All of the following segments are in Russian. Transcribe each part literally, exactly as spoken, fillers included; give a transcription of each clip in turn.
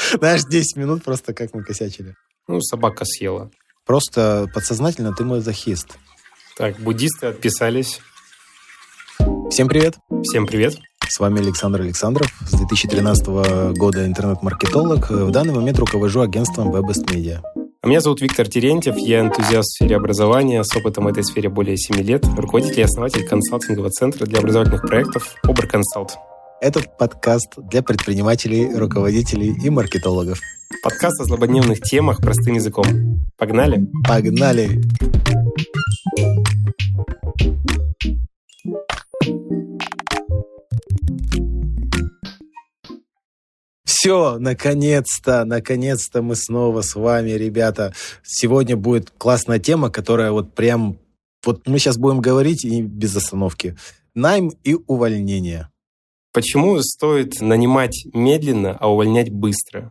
Знаешь, десять минут просто как мы косячили. Ну, собака съела. Просто подсознательно ты мазохист. Так, буддисты отписались. Всем привет. Всем привет. С вами Александр Александров. С две тысячи тринадцатого года интернет-маркетолог. В данный момент руковожу агентством WebBest Media. А меня зовут Виктор Терентьев. Я энтузиаст в сфере образования с опытом в этой сфере более семи лет. Руководитель и основатель консалтингового центра для образовательных проектов Оберконсалт. Этот подкаст для предпринимателей, руководителей и маркетологов. Подкаст о злободневных темах простым языком. Погнали? Погнали! Все, наконец-то, наконец-то мы снова с вами, ребята. Сегодня будет классная тема, которая вот прям... Вот мы сейчас будем говорить и без остановки. Найм и увольнение. Почему стоит нанимать медленно, а увольнять быстро?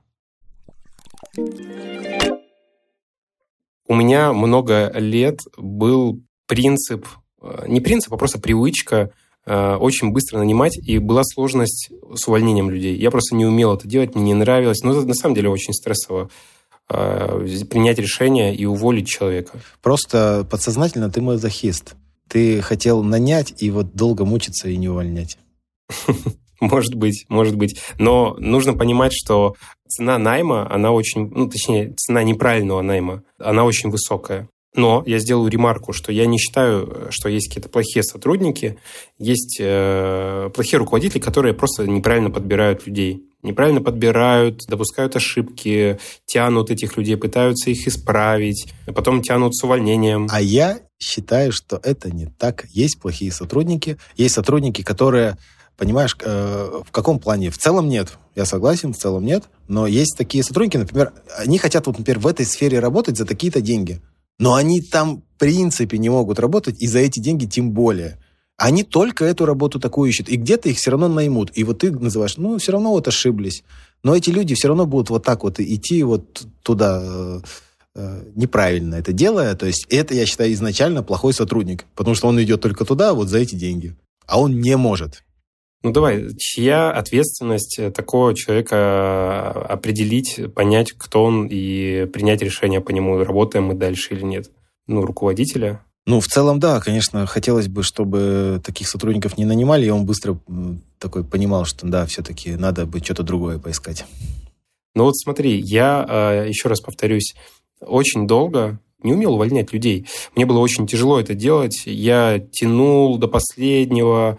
У меня много лет был принцип, не принцип, а просто привычка очень быстро нанимать, и была сложность с увольнением людей. Я просто не умел это делать, мне не нравилось. Но это на самом деле очень стрессово. Принять решение и уволить человека. Просто подсознательно ты мазохист. Ты хотел нанять и вот долго мучиться и не увольнять. Может быть, может быть. Но нужно понимать, что цена найма, она очень, ну, точнее, цена неправильного найма, она очень высокая. Но я сделаю ремарку, что я не считаю, что есть какие-то плохие сотрудники, есть э, плохие руководители, которые просто неправильно подбирают людей. Неправильно подбирают, допускают ошибки, тянут этих людей, пытаются их исправить, а потом тянут с увольнением. А я считаю, что это не так. Есть плохие сотрудники, есть сотрудники, которые... Понимаешь, э, в каком плане? В целом нет. Я согласен, в целом нет. Но есть такие сотрудники, например, они хотят, вот, например, в этой сфере работать за такие-то деньги. Но они там, в принципе, не могут работать, и за эти деньги тем более. Они только эту работу такую ищут. И где-то их все равно наймут. И вот ты называешь, ну, все равно вот ошиблись. Но эти люди все равно будут вот так вот идти вот туда, э, э, неправильно это делая. То есть это, я считаю, изначально плохой сотрудник. Потому что он идет только туда вот за эти деньги. А он не может. Ну давай, чья ответственность такого человека определить, понять, кто он, и принять решение по нему, работаем мы дальше или нет? Ну, руководителя? Ну, в целом, да, конечно, хотелось бы, чтобы таких сотрудников не нанимали, и он быстро такой понимал, что да, все-таки надо бы что-то другое поискать. Ну вот смотри, я, еще раз повторюсь, очень долго не умел увольнять людей. Мне было очень тяжело это делать, я тянул до последнего.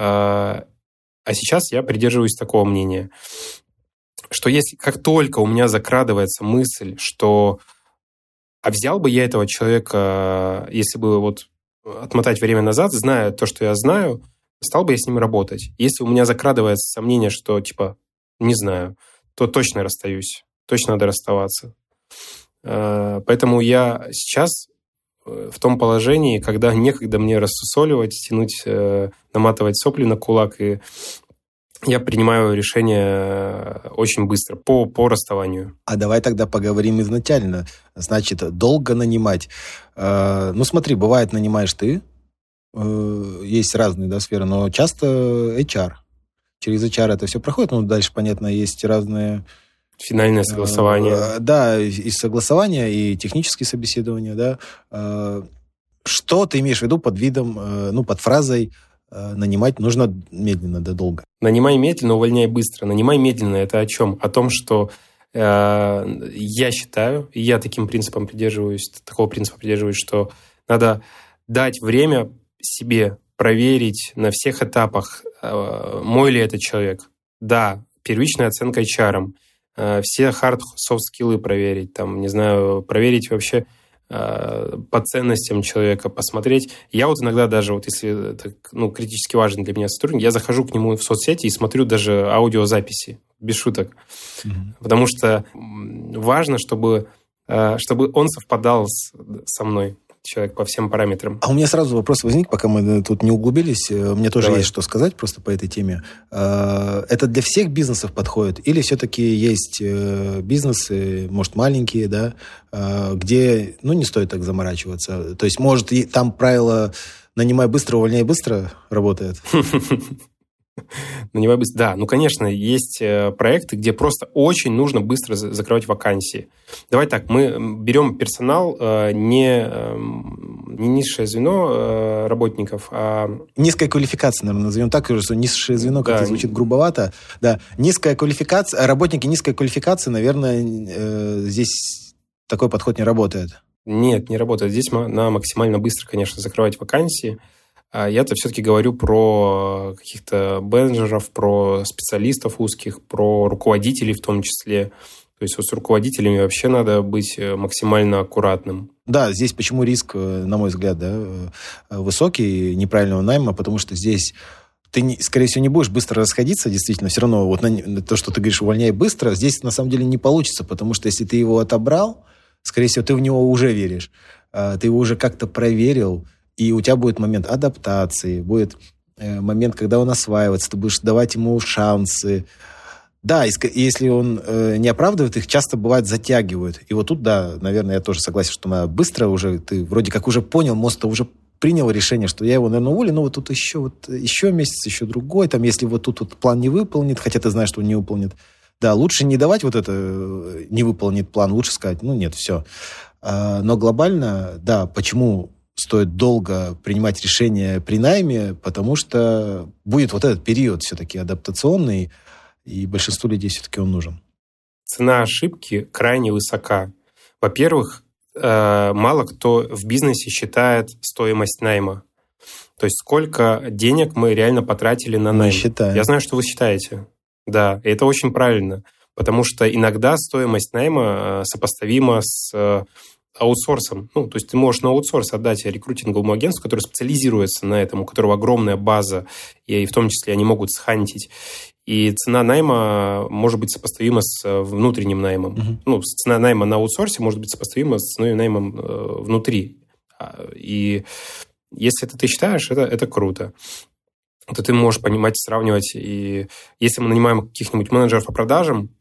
А сейчас я придерживаюсь такого мнения, что если как только у меня закрадывается мысль, что а взял бы я этого человека, если бы вот отмотать время назад, зная то, что я знаю, стал бы я с ним работать. Если у меня закрадывается сомнение, что типа не знаю, то точно расстаюсь, точно надо расставаться. Поэтому я сейчас в том положении, когда некогда мне рассусоливать, тянуть, наматывать сопли на кулак, и я принимаю решение очень быстро по, по расставанию. А давай тогда поговорим изначально. Значит, долго нанимать. Ну смотри, бывает нанимаешь ты, есть разные, да, сферы, но часто эйч ар. Через эйч ар это все проходит, ну дальше, понятно, есть разные... Финальное согласование. Да, и согласование, и технические собеседования, да. Что ты имеешь в виду под видом, ну, под фразой нанимать нужно медленно, да, долго? Нанимай медленно, увольняй быстро. Нанимай медленно – это о чем? О том, что э, я считаю, и я таким принципом придерживаюсь, такого принципа придерживаюсь, что надо дать время себе проверить на всех этапах, э, мой ли это человек. Да, первичная оценка эйч ар. Все hard-soft-скиллы проверить, там, не знаю, проверить вообще э, по ценностям человека, посмотреть. Я вот иногда даже, вот если это, ну, критически важный для меня сотрудник, я захожу к нему в соцсети и смотрю даже аудиозаписи, без шуток. Mm-hmm. Потому что важно, чтобы, э, чтобы он совпадал с, со мной. Человек по всем параметрам. А у меня сразу вопрос возник, пока мы тут не углубились. Мне тоже Давай. Есть что сказать просто по этой теме. Это для всех бизнесов подходит? Или все-таки есть бизнесы, может, маленькие, да, где, ну, не стоит так заморачиваться? То есть, может, там правило «нанимай быстро, увольняй быстро» работает? Нанимай быстро. Да, ну, конечно, есть проекты, где просто очень нужно быстро закрывать вакансии. Давай так, мы берем персонал не, не низшее звено работников, а... Низкая квалификация, наверное, назовем так, что низшее звено как-то да. звучит грубовато. Да, низкая квалификация, работники низкой квалификации, наверное, здесь такой подход не работает. Нет, не работает. Здесь надо максимально быстро, конечно, закрывать вакансии. Я-то все-таки говорю про каких-то менеджеров, про специалистов узких, про руководителей в том числе. То есть вот с руководителями вообще надо быть максимально аккуратным. Да, здесь почему риск, на мой взгляд, да, высокий неправильного найма, потому что здесь ты, скорее всего, не будешь быстро расходиться, действительно, все равно вот на то, что ты говоришь, увольняй быстро, здесь на самом деле не получится, потому что если ты его отобрал, скорее всего, ты в него уже веришь, ты его уже как-то проверил, и у тебя будет момент адаптации, будет э, момент, когда он осваивается, ты будешь давать ему шансы. Да, и, если он э, не оправдывает их, часто бывает затягивают. И вот тут, да, наверное, я тоже согласен, что надо быстро уже, ты вроде как уже понял, мозг-то уже принял решение, что я его, наверное, уволю, но вот тут еще, вот, еще месяц, еще другой, там, если вот тут вот план не выполнит, хотя ты знаешь, что он не выполнит. Да, лучше не давать вот это, не выполнит план, лучше сказать, ну нет, все. А, но глобально, да, почему... стоит долго принимать решения при найме, потому что будет вот этот период все-таки адаптационный, и большинству людей все-таки он нужен. Цена ошибки крайне высока. Во-первых, мало кто в бизнесе считает стоимость найма. То есть сколько денег мы реально потратили на найм. Мы считаем. Я знаю, что вы считаете. Да, и это очень правильно, потому что иногда стоимость найма сопоставима с... аутсорсом. Ну, то есть ты можешь на аутсорс отдать рекрутинговому агентству, которое специализируется на этом, у которого огромная база, и в том числе они могут схантить. И цена найма может быть сопоставима с внутренним наймом. Uh-huh. Ну, цена найма на аутсорсе может быть сопоставима с ценой наймом э, внутри. И если это ты считаешь, это, это круто. То ты можешь понимать, сравнивать. И если мы нанимаем каких-нибудь менеджеров по продажам,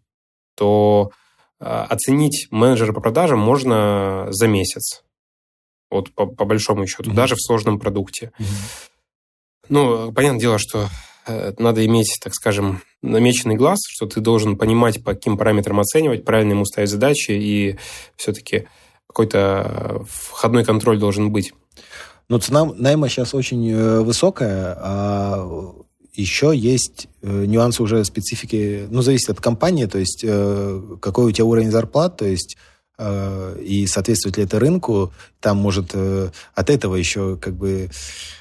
то оценить менеджера по продажам можно за месяц. Вот по, по большому счету. Mm-hmm. Даже в сложном продукте. Mm-hmm. Ну, понятное дело, что э, надо иметь, так скажем, намеченный глаз, что ты должен понимать, по каким параметрам оценивать, правильно ему ставить задачи, и все-таки какой-то входной контроль должен быть. Но цена найма сейчас очень э, высокая, а... Еще есть э, нюансы уже специфики, ну, зависит от компании, то есть э, какой у тебя уровень зарплат, то есть э, и соответствует ли это рынку, там может э, от этого еще как бы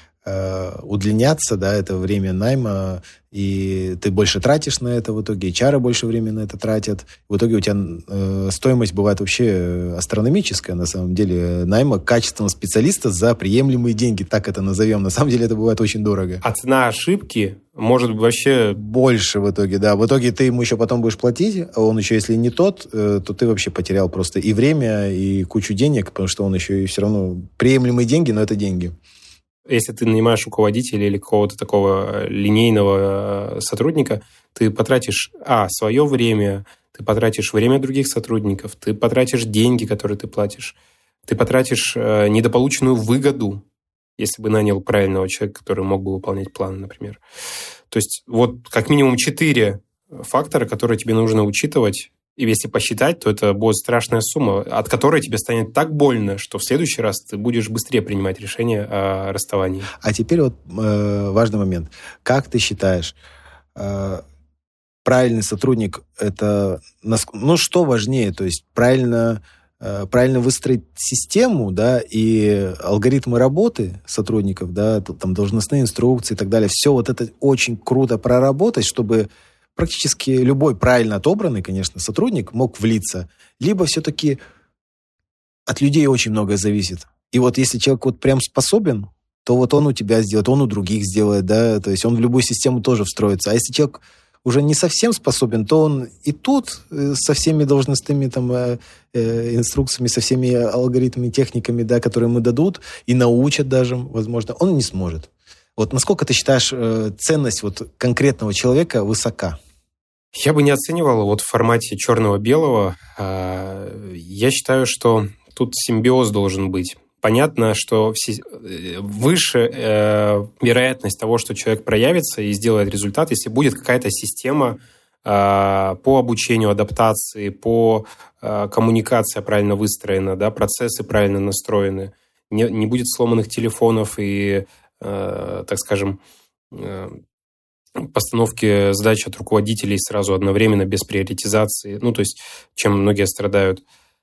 э, удлиняться, да, это время найма, и ты больше тратишь на это в итоге, эйч ар больше времени на это тратят. В итоге у тебя э, стоимость бывает вообще астрономическая, на самом деле, найма качественного специалиста за приемлемые деньги, так это назовем. На самом деле это бывает очень дорого. А цена ошибки может быть вообще... Больше в итоге, да. В итоге ты ему еще потом будешь платить, а он еще, если не тот, э, то ты вообще потерял просто и время, и кучу денег, потому что он еще и все равно приемлемые деньги, но это деньги. Если ты нанимаешь руководителя или какого-то такого линейного сотрудника, ты потратишь, а, свое время, ты потратишь время других сотрудников, ты потратишь деньги, которые ты платишь, ты потратишь недополученную выгоду, если бы нанял правильного человека, который мог бы выполнять план, например. То есть вот как минимум четыре фактора, которые тебе нужно учитывать. И если посчитать, то это будет страшная сумма, от которой тебе станет так больно, что в следующий раз ты будешь быстрее принимать решение о расставании. А теперь вот э, важный момент. Как ты считаешь, э, правильный сотрудник – это… Ну, что важнее? То есть правильно, э, правильно выстроить систему, да, и алгоритмы работы сотрудников, да, там должностные инструкции и так далее. Все вот это очень круто проработать, чтобы… практически любой правильно отобранный, конечно, сотрудник мог влиться. Либо все-таки от людей очень многое зависит. И вот если человек вот прям способен, то вот он у тебя сделает, он у других сделает, да, то есть он в любую систему тоже встроится. А если человек уже не совсем способен, то он и тут со всеми должностными там э, э, инструкциями, со всеми алгоритмами, техниками, да, которые ему дадут, и научат даже, возможно, он не сможет. Вот насколько ты считаешь, э, ценность вот конкретного человека высока? Я бы не оценивал вот в формате черного-белого. Я считаю, что тут симбиоз должен быть. понятно, что все, выше э, вероятность того, что человек проявится и сделает результат, если будет какая-то система э, по обучению, адаптации, по э, коммуникации правильно выстроена, да, процессы правильно настроены, не, не будет сломанных телефонов и, э, так скажем, э, постановки задач от руководителей сразу одновременно, без приоритизации, ну, то есть, чем многие страдают.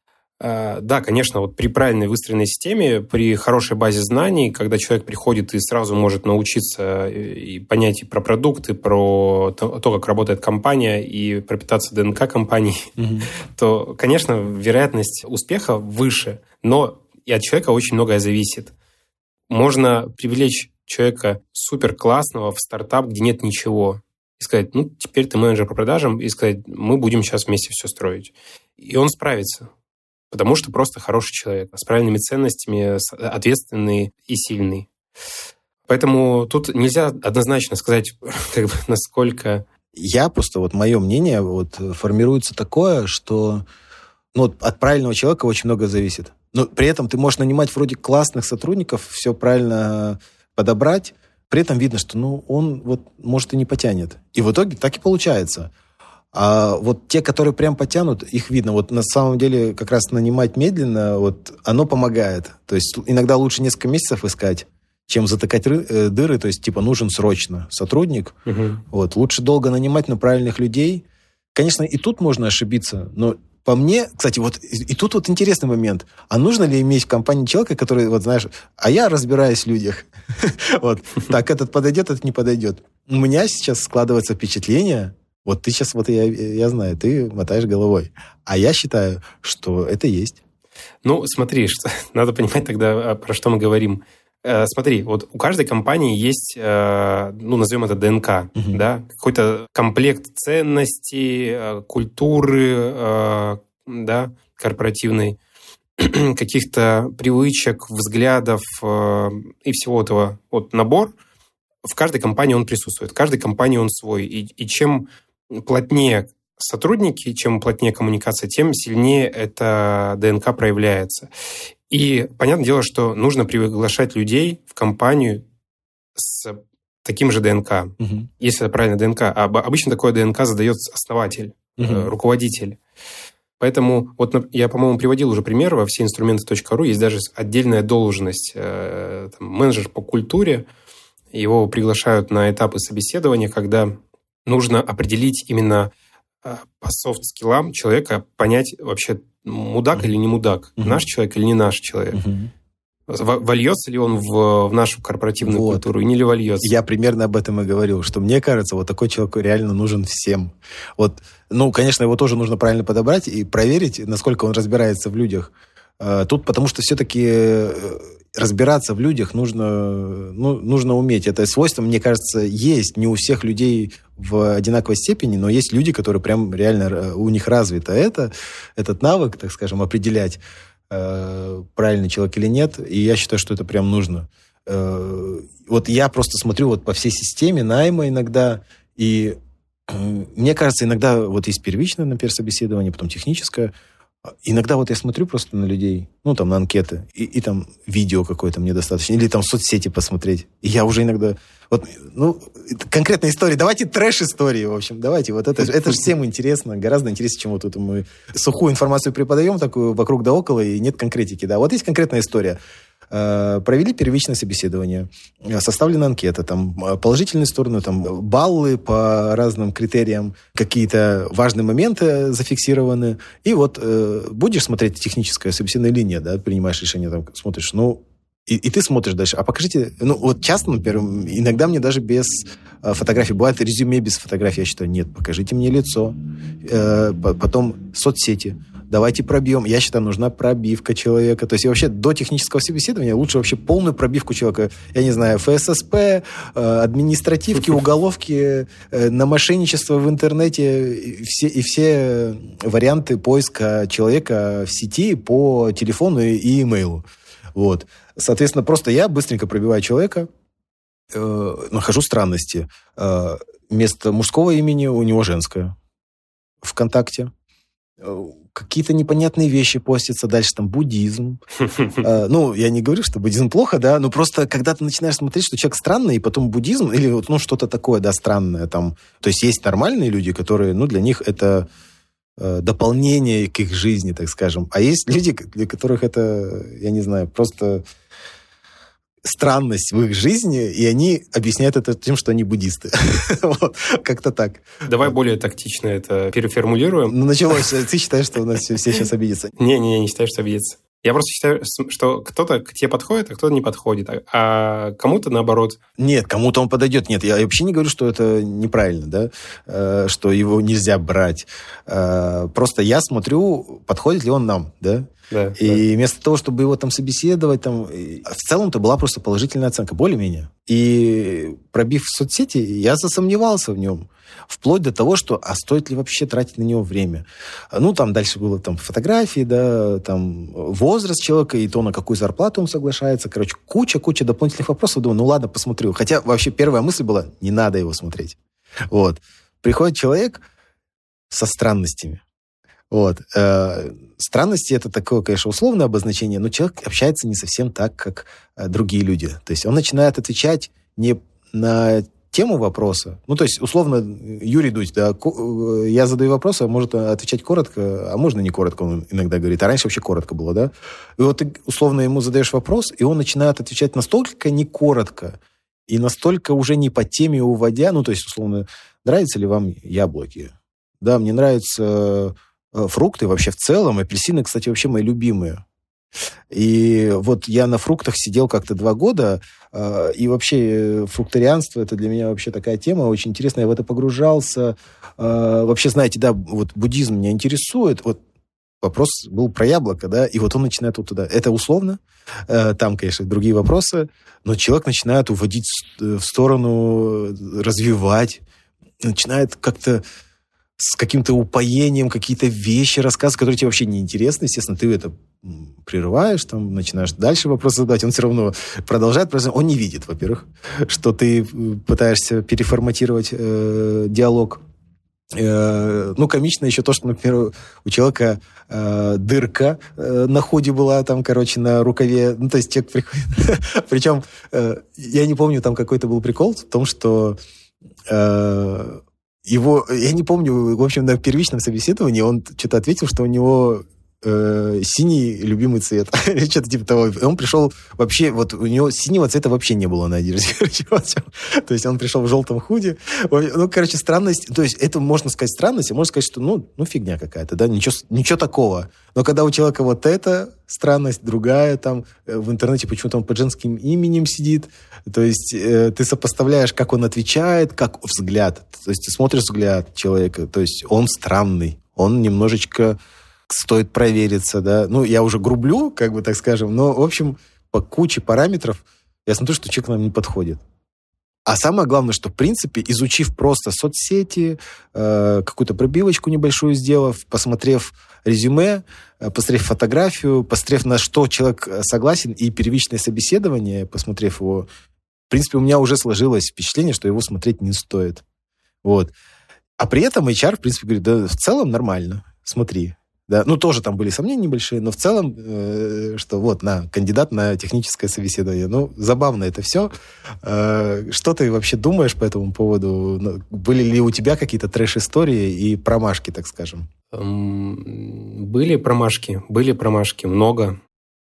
Да, конечно, вот при правильной выстроенной системе, при хорошей базе знаний, когда человек приходит и сразу может научиться и понять и про продукты, про то, как работает компания, и пропитаться ДНК компании, mm-hmm. то, конечно, вероятность успеха выше, но и от человека очень многое зависит. Можно привлечь человека супер классного в стартап, где нет ничего, и сказать, ну, теперь ты менеджер по продажам, и сказать, мы будем сейчас вместе все строить. И он справится. Потому что просто хороший человек, с правильными ценностями, ответственный и сильный. Поэтому тут нельзя однозначно сказать, как бы, насколько... Я просто, вот мое мнение, вот формируется такое, что ну, от правильного человека очень много зависит. Но при этом ты можешь нанимать вроде классных сотрудников, все правильно подобрать, при этом видно, что ну, он вот, может и не потянет. И в итоге так и получается. А вот те, которые прям потянут, их видно. Вот на самом деле как раз нанимать медленно, вот оно помогает. То есть иногда лучше несколько месяцев искать, чем затыкать дыры. То есть типа нужен срочно сотрудник. Угу. Вот. Лучше долго нанимать, но правильных людей. Конечно, и тут можно ошибиться, но по мне, кстати, вот и тут вот интересный момент. А нужно ли иметь в компании человека, который, вот знаешь, а я разбираюсь в людях. Вот. Так, этот подойдет, этот не подойдет. У меня сейчас складывается впечатление... Вот ты сейчас, вот я, я знаю, ты мотаешь головой. А я считаю, что это есть. Ну, смотри, что, надо понимать тогда, про что мы говорим. Э, смотри, вот у каждой компании есть, э, ну, назовем это ДНК, угу. да, какой-то комплект ценностей, э, культуры, э, да, корпоративной, каких-то привычек, взглядов э, и всего этого. Вот набор в каждой компании он присутствует, в каждой компании он свой. И, и чем плотнее сотрудники, чем плотнее коммуникация, тем сильнее эта ДНК проявляется. И понятное дело, что нужно приглашать людей в компанию с таким же ДНК, угу. если это правильно ДНК. А обычно такое ДНК задает основатель, угу. э, руководитель. Поэтому вот я, по-моему, приводил уже пример, во всеинструменты точка ру есть даже отдельная должность, э, там, менеджер по культуре. Его приглашают на этапы собеседования, когда нужно определить именно по софт-скиллам человека, понять вообще, мудак mm-hmm. или не мудак, mm-hmm. наш человек или не наш человек. Mm-hmm. Вольется ли он в, в нашу корпоративную вот. культуру, и не ли вольется? Я примерно об этом и говорил, что мне кажется, вот такой человек реально нужен всем. Вот, ну, конечно, его тоже нужно правильно подобрать и проверить, насколько он разбирается в людях. Тут потому что все-таки разбираться в людях нужно, ну, нужно уметь. Это свойство, мне кажется, есть не у всех людей в одинаковой степени, но есть люди, которые прям реально у них развито это, этот навык, так скажем, определять, э, правильный человек или нет. И я считаю, что это прям нужно. Э, вот я просто смотрю вот по всей системе найма иногда, и э, мне кажется, иногда вот есть первичное, например, собеседование, потом техническое. Иногда вот я смотрю просто на людей, ну, там, на анкеты, и, и там видео какое-то мне достаточно, или там соцсети посмотреть. И я уже иногда... Вот, ну, конкретная история. Давайте трэш-истории, в общем. Давайте. Вот это, это же всем интересно. Гораздо интереснее, чем вот тут мы сухую информацию преподаем, такую вокруг да около, и нет конкретики. Да, вот есть конкретная история. Провели первичное собеседование, составлена анкета, там положительные стороны, там баллы по разным критериям, какие-то важные моменты зафиксированы. И вот э, будешь смотреть техническое собеседование или нет, да, принимаешь решение, там смотришь, ну, и, и ты смотришь дальше. А покажите, ну, вот часто, например, иногда мне даже без э, фотографий, бывает резюме без фотографий, я считаю, нет, покажите мне лицо, э, потом соцсети. Давайте пробьем. Я считаю, нужна пробивка человека. То есть и вообще до технического собеседования лучше вообще полную пробивку человека. Я не знаю, эф эс эс пэ, административки, уголовки, на мошенничество в интернете и все, и все варианты поиска человека в сети по телефону и имейлу. Вот. Соответственно, просто я быстренько пробиваю человека, э, нахожу странности. Э, вместо мужского имени у него женское. ВКонтакте. какие-то непонятные вещи постятся, дальше там буддизм. Ну, я не говорю, что буддизм плохо, да, но просто когда ты начинаешь смотреть, что человек странный, и потом буддизм, или вот, ну, что-то такое, да, странное там. То есть есть нормальные люди, которые, ну, для них это дополнение к их жизни, так скажем. А есть люди, для которых это, я не знаю, просто странность в их жизни, и они объясняют это тем, что они буддисты. Вот, как-то так. Давай более тактично это переформулируем. Ну, началось. Ты считаешь, что у нас все сейчас обидятся? Не-не-не, не считаю, что обидятся. Я просто считаю, что кто-то к тебе подходит, а кто-то не подходит. А кому-то наоборот. Нет, кому-то он подойдет. Нет, я вообще не говорю, что это неправильно, да, что его нельзя брать. Просто я смотрю, подходит ли он нам, да. Да, и да. вместо того, чтобы его там собеседовать, там, в целом-то была просто положительная оценка, более-менее. И пробив в соцсети, я засомневался в нем. Вплоть до того, что, а стоит ли вообще тратить на него время? Ну, там дальше было там фотографии, да, там возраст человека, и то, на какую зарплату он соглашается. Короче, куча-куча дополнительных вопросов. Думаю, ну ладно, посмотрю. Хотя вообще первая мысль была, не надо его смотреть. Вот. Приходит человек со странностями. Вот. Странности — это такое, конечно, условное обозначение, но человек общается не совсем так, как другие люди. То есть он начинает отвечать не на тему вопроса. Ну, то есть, условно, Юрий Дудь, да, я задаю вопрос, а может отвечать коротко, а можно не коротко, он иногда говорит. А раньше вообще коротко было, да? И вот ты, условно, ему задаешь вопрос, и он начинает отвечать настолько не коротко и настолько уже не по теме уводя. Ну, то есть, условно, нравятся ли вам яблоки? Да, мне нравятся фрукты вообще в целом. Апельсины, кстати, вообще мои любимые. И вот я на фруктах сидел как-то два года, и вообще фрукторианство — это для меня вообще такая тема очень интересная. Я в это погружался. Вообще, знаете, да, вот буддизм меня интересует. Вот вопрос был про яблоко, да, и вот он начинает вот туда. Это условно. Там, конечно, другие вопросы, но человек начинает уводить в сторону, развивать, начинает как-то с каким-то упоением какие-то вещи рассказывать, которые тебе вообще не интересны. Естественно, ты это прерываешь, там, начинаешь дальше вопросы задавать. Он все равно продолжает. Он не видит, во-первых, что ты пытаешься переформатировать э, диалог. Э, ну, комично еще то, что, например, у человека э, дырка э, на худи была, там, короче, на рукаве. Ну, то есть человек приходит... Причем, э, я не помню, там какой-то был прикол в том, что... Э, Его, я не помню, в общем, на первичном собеседовании он что-то ответил, что у него э, синий любимый цвет. Или что-то типа того. И он пришел вообще, вот у него синего цвета вообще не было на одежде. То есть он пришел в желтом худи. Ну, короче, странность. То есть это можно сказать странность, а можно сказать, что ну, ну фигня какая-то, да, ничего, ничего такого. Но когда у человека вот эта странность, другая, там в интернете почему-то он под женским именем сидит, то есть э, ты сопоставляешь, как он отвечает, как взгляд. То есть ты смотришь взгляд человека, то есть он странный, он немножечко стоит провериться, да. Ну, я уже грублю, как бы так скажем, но, в общем, по куче параметров я смотрю, что человек нам не подходит. А самое главное, что, в принципе, изучив просто соцсети, э, какую-то пробивочку небольшую сделав, посмотрев резюме, э, посмотрев фотографию, посмотрев, на что человек согласен, и первичное собеседование, посмотрев его, в принципе, у меня уже сложилось впечатление, что его смотреть не стоит. Вот. А при этом эйч ар, в принципе, говорит, да, в целом нормально, смотри. Да, ну, тоже там были сомнения небольшие, но в целом, э, что вот, на, кандидат на техническое собеседование. Ну, забавно это все. Э, что ты вообще думаешь по этому поводу? Были ли у тебя какие-то трэш-истории и промашки, так скажем? Были промашки, были промашки, много.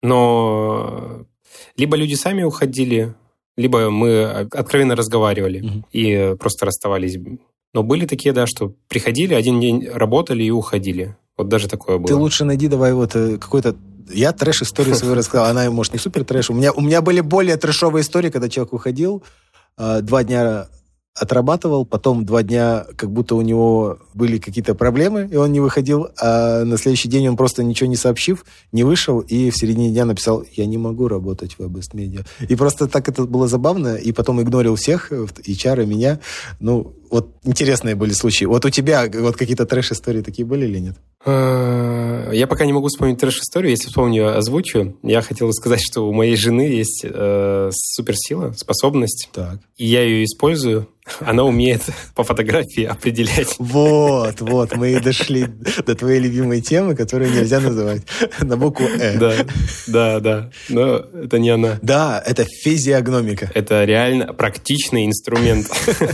Но либо люди сами уходили, либо мы откровенно разговаривали mm-hmm. и просто расставались. Но были такие, да, что приходили, один день работали и уходили. Вот даже такое было. Ты лучше найди давай вот какой-то... Я трэш-историю свою рассказал. Она, может, не супер трэш. У меня, у меня были более трэшовые истории, когда человек уходил, два дня отрабатывал, потом два дня как будто у него были какие-то проблемы, и он не выходил, а на следующий день он просто ничего не сообщив, не вышел, и в середине дня написал: «Я не могу работать в Webest Media». И просто так это было забавно, и потом игнорил всех, эйч ар и меня. Ну, вот интересные были случаи. Вот у тебя вот какие-то трэш-истории такие были или нет? Я пока не могу вспомнить трэш-историю. Если вспомню, озвучу. Я хотел сказать, что у моей жены есть э, суперсила, способность. Так. И я ее использую. Она умеет по фотографии определять. Вот, вот, мы и дошли до твоей любимой темы, которую нельзя называть на букву «э». Да, да, да. Но это не она. Да, это физиогномика. Это реально практичный инструмент.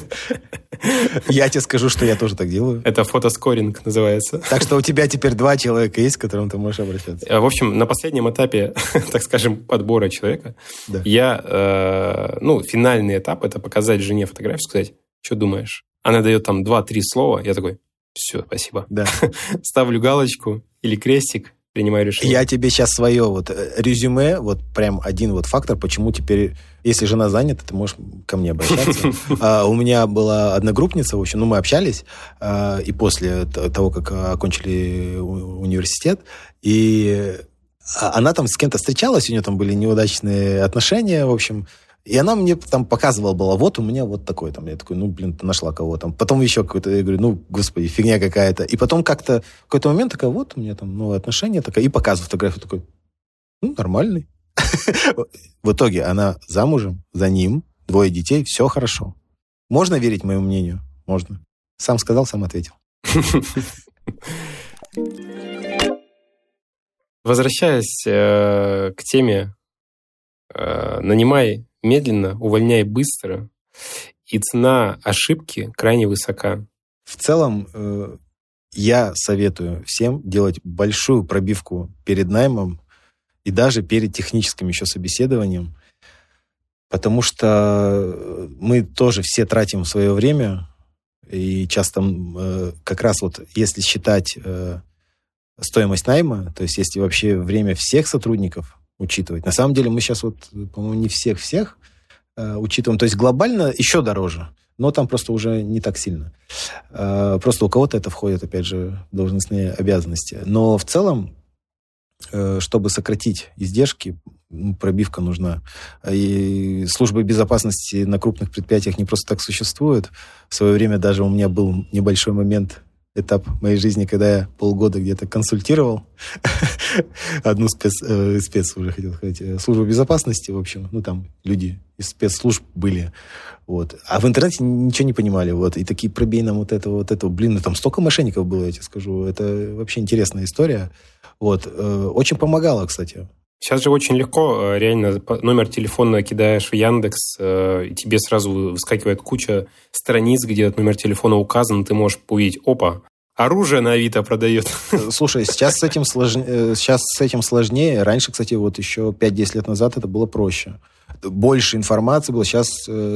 Я тебе скажу, что я тоже так делаю. Это фотоскоринг называется. Так что у тебя теперь два человека есть, к которым ты можешь обращаться. В общем, на последнем этапе, так скажем, подбора человека, да. я, э, ну, финальный этап – это показать жене фотографию, сказать, что думаешь? Она дает там два-три слова, я такой, все, спасибо. Да. Ставлю галочку или крестик, принимаю решение. Я тебе сейчас свое вот резюме, вот прям один вот фактор, почему теперь, если жена занята, ты можешь ко мне обращаться. а, у меня была одногруппница, в общем, ну, мы общались, а, и после того, как окончили университет, и она там с кем-то встречалась, у нее там были неудачные отношения, в общем, и она мне там показывала, была, вот у меня вот такой там. Я такой, ну, блин, ты нашла кого там. Потом еще какой-то, я говорю, ну, господи, фигня какая-то. И потом как-то в какой-то момент такая, вот у меня там новые отношения, такая, и показываю фотографию, такой, ну, нормальный. В итоге она замужем, за ним, двое детей, все хорошо. Можно верить моему мнению? Можно. Сам сказал, сам ответил. Возвращаясь э, к теме э, «нанимай медленно, увольняй быстро», и цена ошибки крайне высока. В целом, э, я советую всем делать большую пробивку перед наймом и даже перед техническим еще собеседованием, потому что мы тоже все тратим свое время, и часто э, как раз вот если считать э, стоимость найма, то есть если вообще время всех сотрудников учитывать. На самом деле мы сейчас вот, по-моему, не всех-всех э, учитываем. То есть глобально еще дороже, но там просто уже не так сильно. Э, просто у кого-то это входит, опять же, в должностные обязанности. Но в целом, э, чтобы сократить издержки, ну, пробивка нужна. И службы безопасности на крупных предприятиях не просто так существуют. В свое время даже у меня был небольшой момент, этап моей жизни, когда я полгода где-то консультировал одну спец, э, спец, уже хотел сказать, службу безопасности, в общем, ну, там люди из спецслужб были, вот. А в интернете ничего не понимали, вот. И такие, пробей нам вот этого, вот этого. Блин, ну, там столько мошенников было, я тебе скажу. Это вообще интересная история. Вот. Э, очень помогало, кстати. Сейчас же очень легко, реально, номер телефона кидаешь в Яндекс, и тебе сразу выскакивает куча страниц, где этот номер телефона указан, ты можешь увидеть, опа, оружие на Авито продает. Слушай, сейчас с этим сложнее, сейчас с этим сложнее. Раньше, кстати, вот еще пять-десять лет назад это было проще. Больше информации было. Сейчас,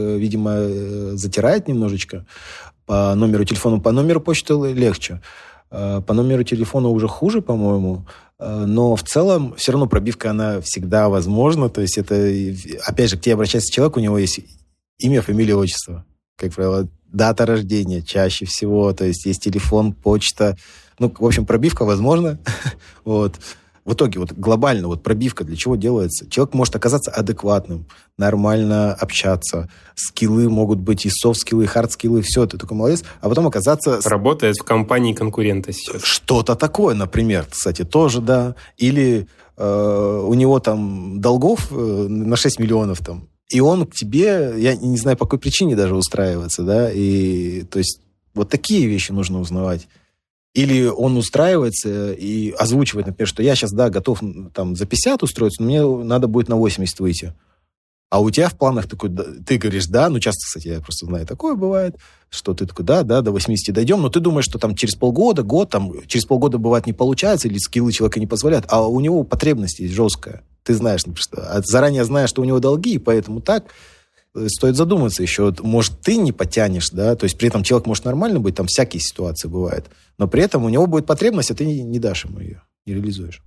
видимо, затирает немножечко по номеру телефона. По номеру почты легче. По номеру телефона уже хуже, по-моему. Но в целом все равно пробивка, она всегда возможна. То есть это, опять же, к тебе обращается человек, у него есть имя, фамилия, отчество. Как правило, дата рождения чаще всего. То есть есть телефон, почта. Ну, в общем, пробивка возможна. Вот. В итоге, вот глобально, вот пробивка для чего делается? Человек может оказаться адекватным, нормально общаться. Скиллы могут быть и софт-скиллы, и хард-скиллы, все, ты такой молодец. А потом оказаться... Работает в компании конкурента сейчас. Что-то такое, например, кстати, тоже, да. Или э, у него там долгов э, на шесть миллионов там. И он к тебе, я не знаю, по какой причине даже устраивается, да. И, то есть, вот такие вещи нужно узнавать. Или он устраивается и озвучивает, например, что я сейчас, да, готов там за пятьдесят устроиться, но мне надо будет на восемьдесят выйти. А у тебя в планах такой, ты говоришь, да, ну часто, кстати, я просто знаю, такое бывает, что ты такой, да, да, до восьмидесяти дойдем, но ты думаешь, что там через полгода, год, там через полгода бывает не получается, или скиллы человека не позволяют, а у него потребность есть жесткая. Ты знаешь, что, заранее знаешь, что у него долги, и поэтому так стоит задуматься еще. Может, ты не потянешь, да, то есть при этом человек может нормально быть, там всякие ситуации бывают, но при этом у него будет потребность, а ты не, не дашь ему ее, не реализуешь.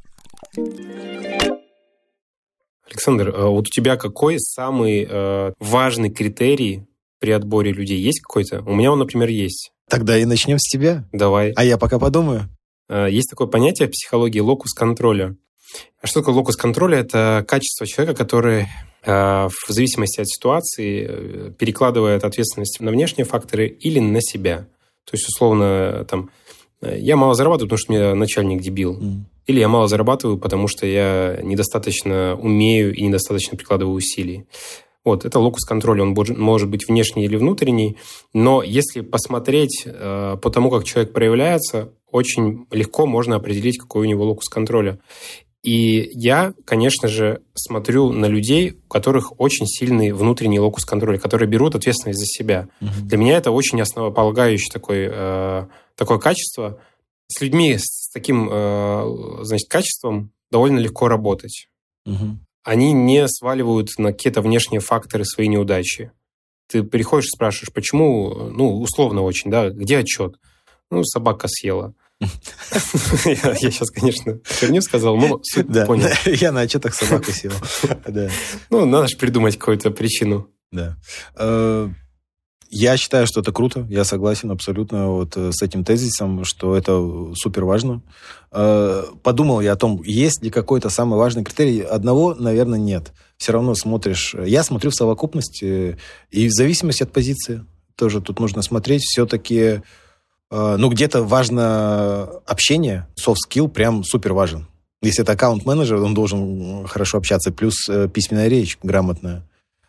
Александр, вот у тебя какой самый э, важный критерий при отборе людей? Есть какой-то? У меня он, например, есть. Тогда и начнем с тебя. Давай. А я пока подумаю. Э, есть такое понятие в психологии локус контроля. А что такое локус контроля? Это качество человека, который в зависимости от ситуации перекладывает ответственность на внешние факторы или на себя. То есть, условно, там, я мало зарабатываю, потому что у меня начальник дебил. Mm. Или я мало зарабатываю, потому что я недостаточно умею и недостаточно прикладываю усилий. Вот, это локус контроля, он может быть внешний или внутренний, но если посмотреть э, по тому, как человек проявляется, очень легко можно определить, какой у него локус контроля. И я, конечно же, смотрю на людей, у которых очень сильный внутренний локус контроля, которые берут ответственность за себя. Mm-hmm. Для меня это очень основополагающее такое, э, такое качество. С людьми с таким э, значит, качеством довольно легко работать. Mm-hmm. Они не сваливают на какие-то внешние факторы свои неудачи. Ты приходишь и спрашиваешь, почему, ну, условно очень, да, где отчет? Ну, собака съела. Я сейчас, конечно, херню сказал, но суть понял. Я на отчетах собаку съел. Ну, надо же придумать какую-то причину. Да. Я считаю, что это круто, я согласен абсолютно вот с этим тезисом, что это супер важно. Подумал я о том, есть ли какой-то самый важный критерий. Одного, наверное, нет. Все равно смотришь... Я смотрю в совокупности, и в зависимости от позиции тоже тут нужно смотреть. Все-таки, ну, где-то важно общение, soft skill прям супер важен. Если это аккаунт-менеджер, он должен хорошо общаться, плюс письменная речь грамотная.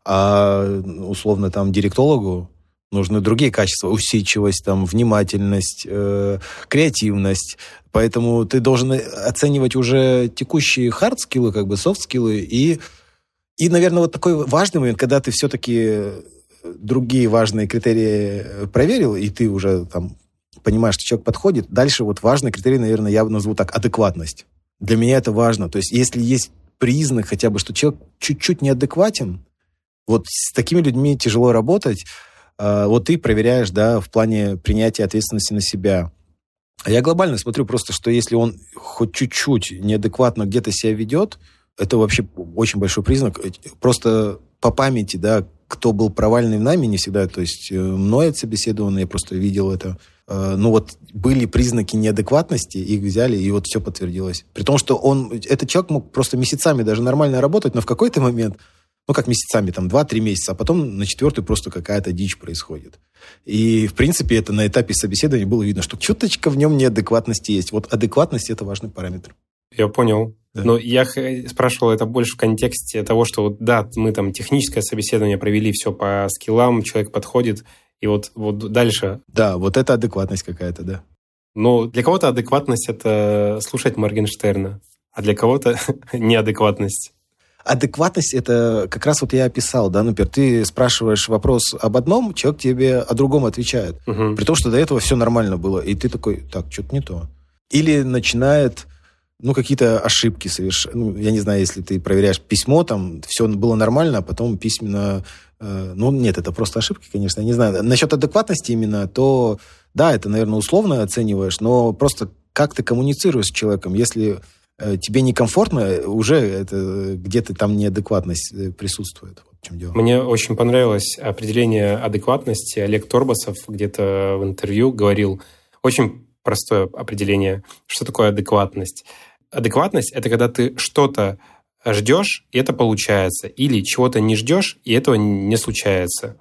А условно там директологу нужны другие качества, усидчивость, там, внимательность, э, креативность. Поэтому ты должен оценивать уже текущие хард-скиллы, как бы софт-скиллы. И, и, наверное, вот такой важный момент, когда ты все-таки другие важные критерии проверил, и ты уже там понимаешь, что человек подходит. Дальше вот важный критерий, наверное, я назову так, адекватность. Для меня это важно. То есть если есть признак хотя бы, что человек чуть-чуть неадекватен, вот с такими людьми тяжело работать. Вот ты проверяешь, да, в плане принятия ответственности на себя. А я глобально смотрю просто, что если он хоть чуть-чуть неадекватно где-то себя ведет, это вообще очень большой признак. Просто по памяти, да, кто был провальный нами, не всегда, то есть мной отсобеседовано, я просто видел это. Ну вот были признаки неадекватности, их взяли, и вот все подтвердилось. При том, что он, этот человек мог просто месяцами даже нормально работать, но в какой-то момент... Ну, как месяцами, там, два-три месяца, а потом на четвертый просто какая-то дичь происходит. И, в принципе, это на этапе собеседования было видно, что чуточка в нем неадекватности есть. Вот адекватность – это важный параметр. Я понял. Да. Но я спрашивал это больше в контексте того, что, вот, да, мы там техническое собеседование провели, все по скиллам, человек подходит, и вот, вот дальше... Да, вот это адекватность какая-то, да. Но для кого-то адекватность – это слушать Моргенштерна, а для кого-то неадекватность. Адекватность – это как раз вот я описал, да, например, ты спрашиваешь вопрос об одном, человек тебе о другом отвечает. Угу. При том, что до этого все нормально было, и ты такой, так, что-то не то. Или начинает, ну, какие-то ошибки совершать. Ну, я не знаю, если ты проверяешь письмо, там, все было нормально, а потом письменно... Э, ну, нет, это просто ошибки, конечно, я не знаю. Насчет адекватности именно, то, да, это, наверное, условно оцениваешь, но просто как ты коммуницируешь с человеком, если... тебе некомфортно, уже это, где-то там неадекватность присутствует. Вот в чем дело. Мне очень понравилось определение адекватности. Олег Торбасов где-то в интервью говорил очень простое определение. Что такое адекватность? Адекватность – это когда ты что-то ждешь, и это получается. Или чего-то не ждешь, и этого не случается.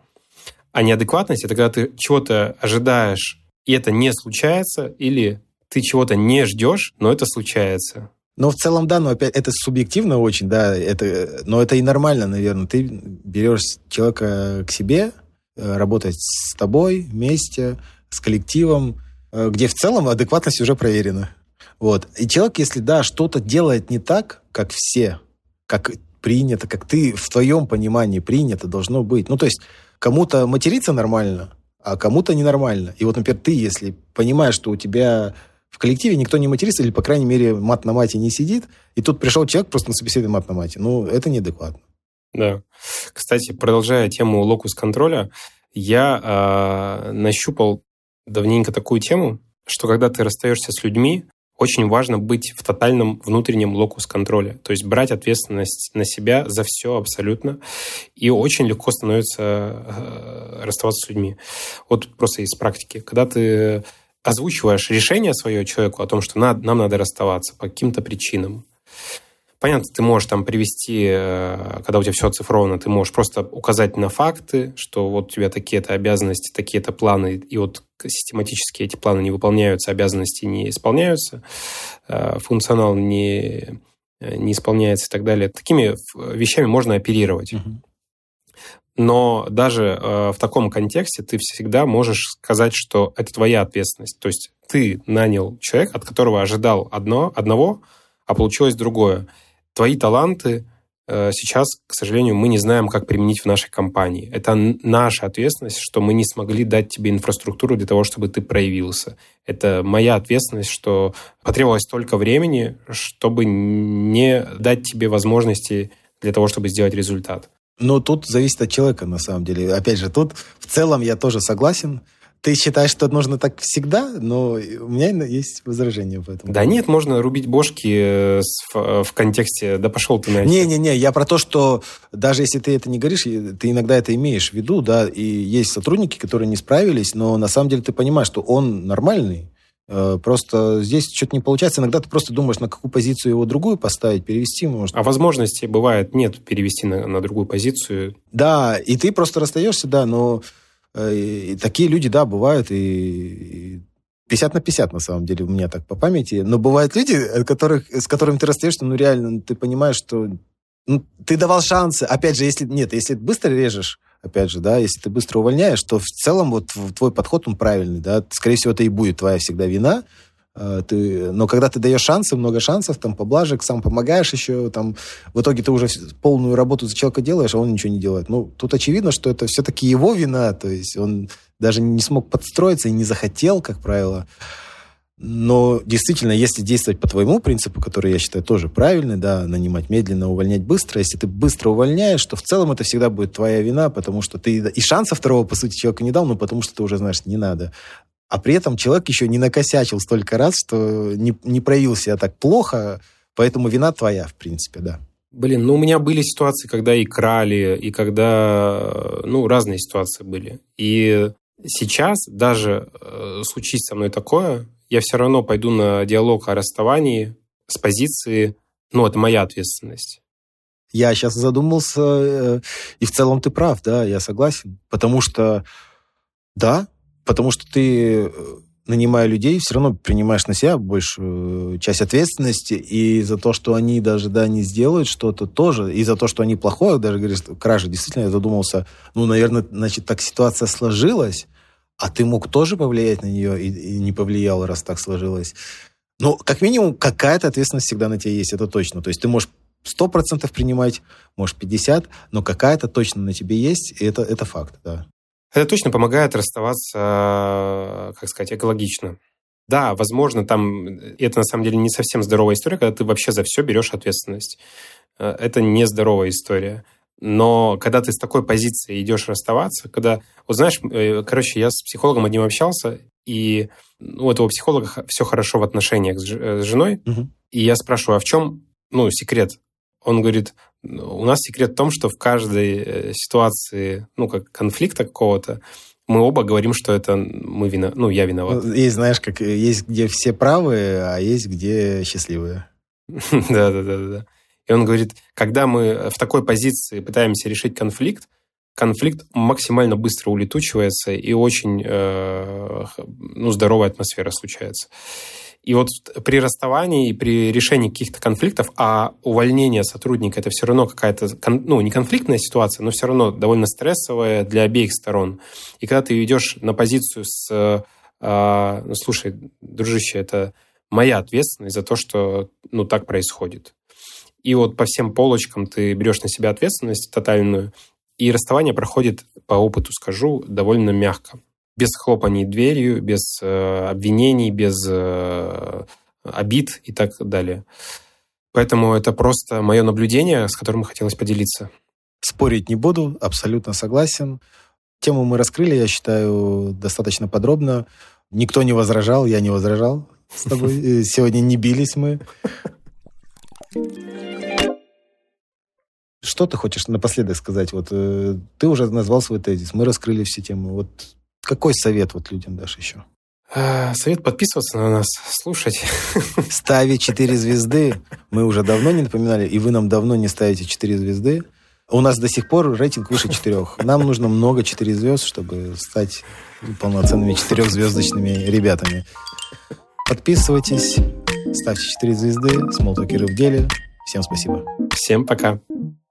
А неадекватность – это когда ты чего-то ожидаешь, и это не случается, или ты чего-то не ждешь, но это случается. Но в целом, да, но опять это субъективно очень, да, это, но это и нормально, наверное. Ты берешь человека к себе, работать с тобой вместе, с коллективом, где в целом адекватность уже проверена. Вот. И человек, если, да, что-то делает не так, как все, как принято, как ты в твоем понимании принято должно быть. Ну, то есть кому-то материться нормально, а кому-то ненормально. И вот, например, ты, если понимаешь, что у тебя... в коллективе никто не матерится, или, по крайней мере, мат на мате не сидит, и тут пришел человек просто на собеседование мат на мате. Ну, это неадекватно. Да. Кстати, продолжая тему локус-контроля, я э, нащупал давненько такую тему, что когда ты расстаешься с людьми, очень важно быть в тотальном внутреннем локус-контроле, то есть брать ответственность на себя за все абсолютно, и очень легко становится э, расставаться с людьми. Вот просто из практики. Когда ты озвучиваешь решение свое человеку о том, что нам надо расставаться по каким-то причинам, Понятно, ты можешь там привести, когда у тебя все оцифровано, ты можешь просто указать на факты, что вот у тебя такие-то обязанности, такие-то планы, и вот систематически эти планы не выполняются, обязанности не исполняются, функционал не, не исполняется и так далее. Такими вещами можно оперировать. Uh-huh. Но даже в таком контексте ты всегда можешь сказать, что это твоя ответственность. То есть ты нанял человека, от которого ожидал одно, одного, а получилось другое. Твои таланты э, сейчас, к сожалению, мы не знаем, как применить в нашей компании. Это наша ответственность, что мы не смогли дать тебе инфраструктуру для того, чтобы ты проявился. Это моя ответственность, что потребовалось столько времени, чтобы не дать тебе возможности для того, чтобы сделать результат. Но тут зависит от человека, на самом деле. Опять же, тут в целом я тоже согласен. Ты считаешь, что нужно так всегда, но у меня есть возражения по этому. Да нет, можно рубить бошки в, в контексте «да пошел ты на...» Не-не-не, я про то, что даже если ты это не говоришь, ты иногда это имеешь в виду, да, и есть сотрудники, которые не справились, но на самом деле ты понимаешь, что он нормальный, просто здесь что-то не получается. Иногда ты просто думаешь, на какую позицию его другую поставить, перевести, может. А возможности бывает нет перевести на, на другую позицию. Да, и ты просто расстаешься, да, но... И такие люди, да, бывают, и пятьдесят на пятьдесят, на самом деле, у меня так по памяти. Но бывают люди, которых, с которыми ты расстаешься, ну, реально, ты понимаешь, что ну, ты давал шансы. Опять же, если нет, если быстро режешь, опять же, да, если ты быстро увольняешь, то в целом вот твой подход, он правильный, да. Скорее всего, это и будет твоя всегда вина. Ты, но когда ты даешь шансы, много шансов, там, поблажек, сам помогаешь еще, там, в итоге ты уже полную работу за человека делаешь, а он ничего не делает. Ну, тут очевидно, что это все-таки его вина, то есть он даже не смог подстроиться и не захотел, как правило. Но действительно, если действовать по твоему принципу, который я считаю тоже правильный, да, нанимать медленно, увольнять быстро, если ты быстро увольняешь, то в целом это всегда будет твоя вина, потому что ты и шанса второго, по сути, человека не дал, но потому что ты уже знаешь, не надо. А при этом человек еще не накосячил столько раз, что не, не проявил себя так плохо, поэтому вина твоя, в принципе, да. Блин, ну у меня были ситуации, когда и крали, и когда, ну, разные ситуации были. И сейчас даже э, случись со мной такое, я все равно пойду на диалог о расставании с позиции, ну, это моя ответственность. Я сейчас задумался, э, и в целом ты прав, да, я согласен. Потому что, да, Потому что ты, нанимая людей, все равно принимаешь на себя большую часть ответственности, и за то, что они даже, да, не сделают что-то тоже, и за то, что они плохое, даже, говоришь, кража, действительно, я задумался, ну, наверное, значит, так ситуация сложилась, а ты мог тоже повлиять на нее, и, и не повлиял, раз так сложилось. Ну, как минимум, какая-то ответственность всегда на тебя есть, это точно. То есть ты можешь сто процентов принимать, можешь пятьдесят процентов, но какая-то точно на тебе есть, и это, это факт, да. Это точно помогает расставаться, как сказать, экологично. Да, возможно, там это на самом деле не совсем здоровая история, когда ты вообще за все берешь ответственность. Это не здоровая история. Но когда ты с такой позиции идешь расставаться, когда... Вот знаешь, короче, я с психологом одним общался, и у этого психолога все хорошо в отношениях с женой, угу. И я спрашиваю, а в чем, ну, секрет? Он говорит, у нас секрет в том, что в каждой ситуации, ну, как конфликта какого-то, мы оба говорим, что это мы вина, ну, я виноват. Есть, знаешь, как есть, где все правые, а есть, где счастливые. Да-да-да. И он говорит, когда мы в такой позиции пытаемся решить конфликт, конфликт максимально быстро улетучивается, и очень ну, здоровая атмосфера случается. И вот при расставании, при решении каких-то конфликтов, а увольнение сотрудника – это все равно какая-то, ну, не конфликтная ситуация, но все равно довольно стрессовая для обеих сторон. И когда ты идешь на позицию с, э, ну, слушай, дружище, это моя ответственность за то, что, ну, так происходит. И вот по всем полочкам ты берешь на себя ответственность тотальную, и расставание проходит, по опыту скажу, довольно мягко. Без хлопаний дверью, без э, обвинений, без э, обид и так далее. Поэтому это просто мое наблюдение, с которым хотелось поделиться. Спорить не буду, абсолютно согласен. Тему мы раскрыли, я считаю, достаточно подробно. Никто не возражал, я не возражал с тобой. Сегодня не бились мы. Что ты хочешь напоследок сказать? Вот ты уже назвал свой тезис, мы раскрыли все темы. Вот какой совет вот людям дашь еще? Совет подписываться на нас, слушать. Ставить четыре звезды. Мы уже давно не напоминали, и вы нам давно не ставите четыре звезды. У нас до сих пор рейтинг выше четырех. Нам нужно много четыре звезд, чтобы стать полноценными четырехзвездочными ребятами. Подписывайтесь, ставьте четыре звезды. Смолтокеры в деле. Всем спасибо. Всем пока.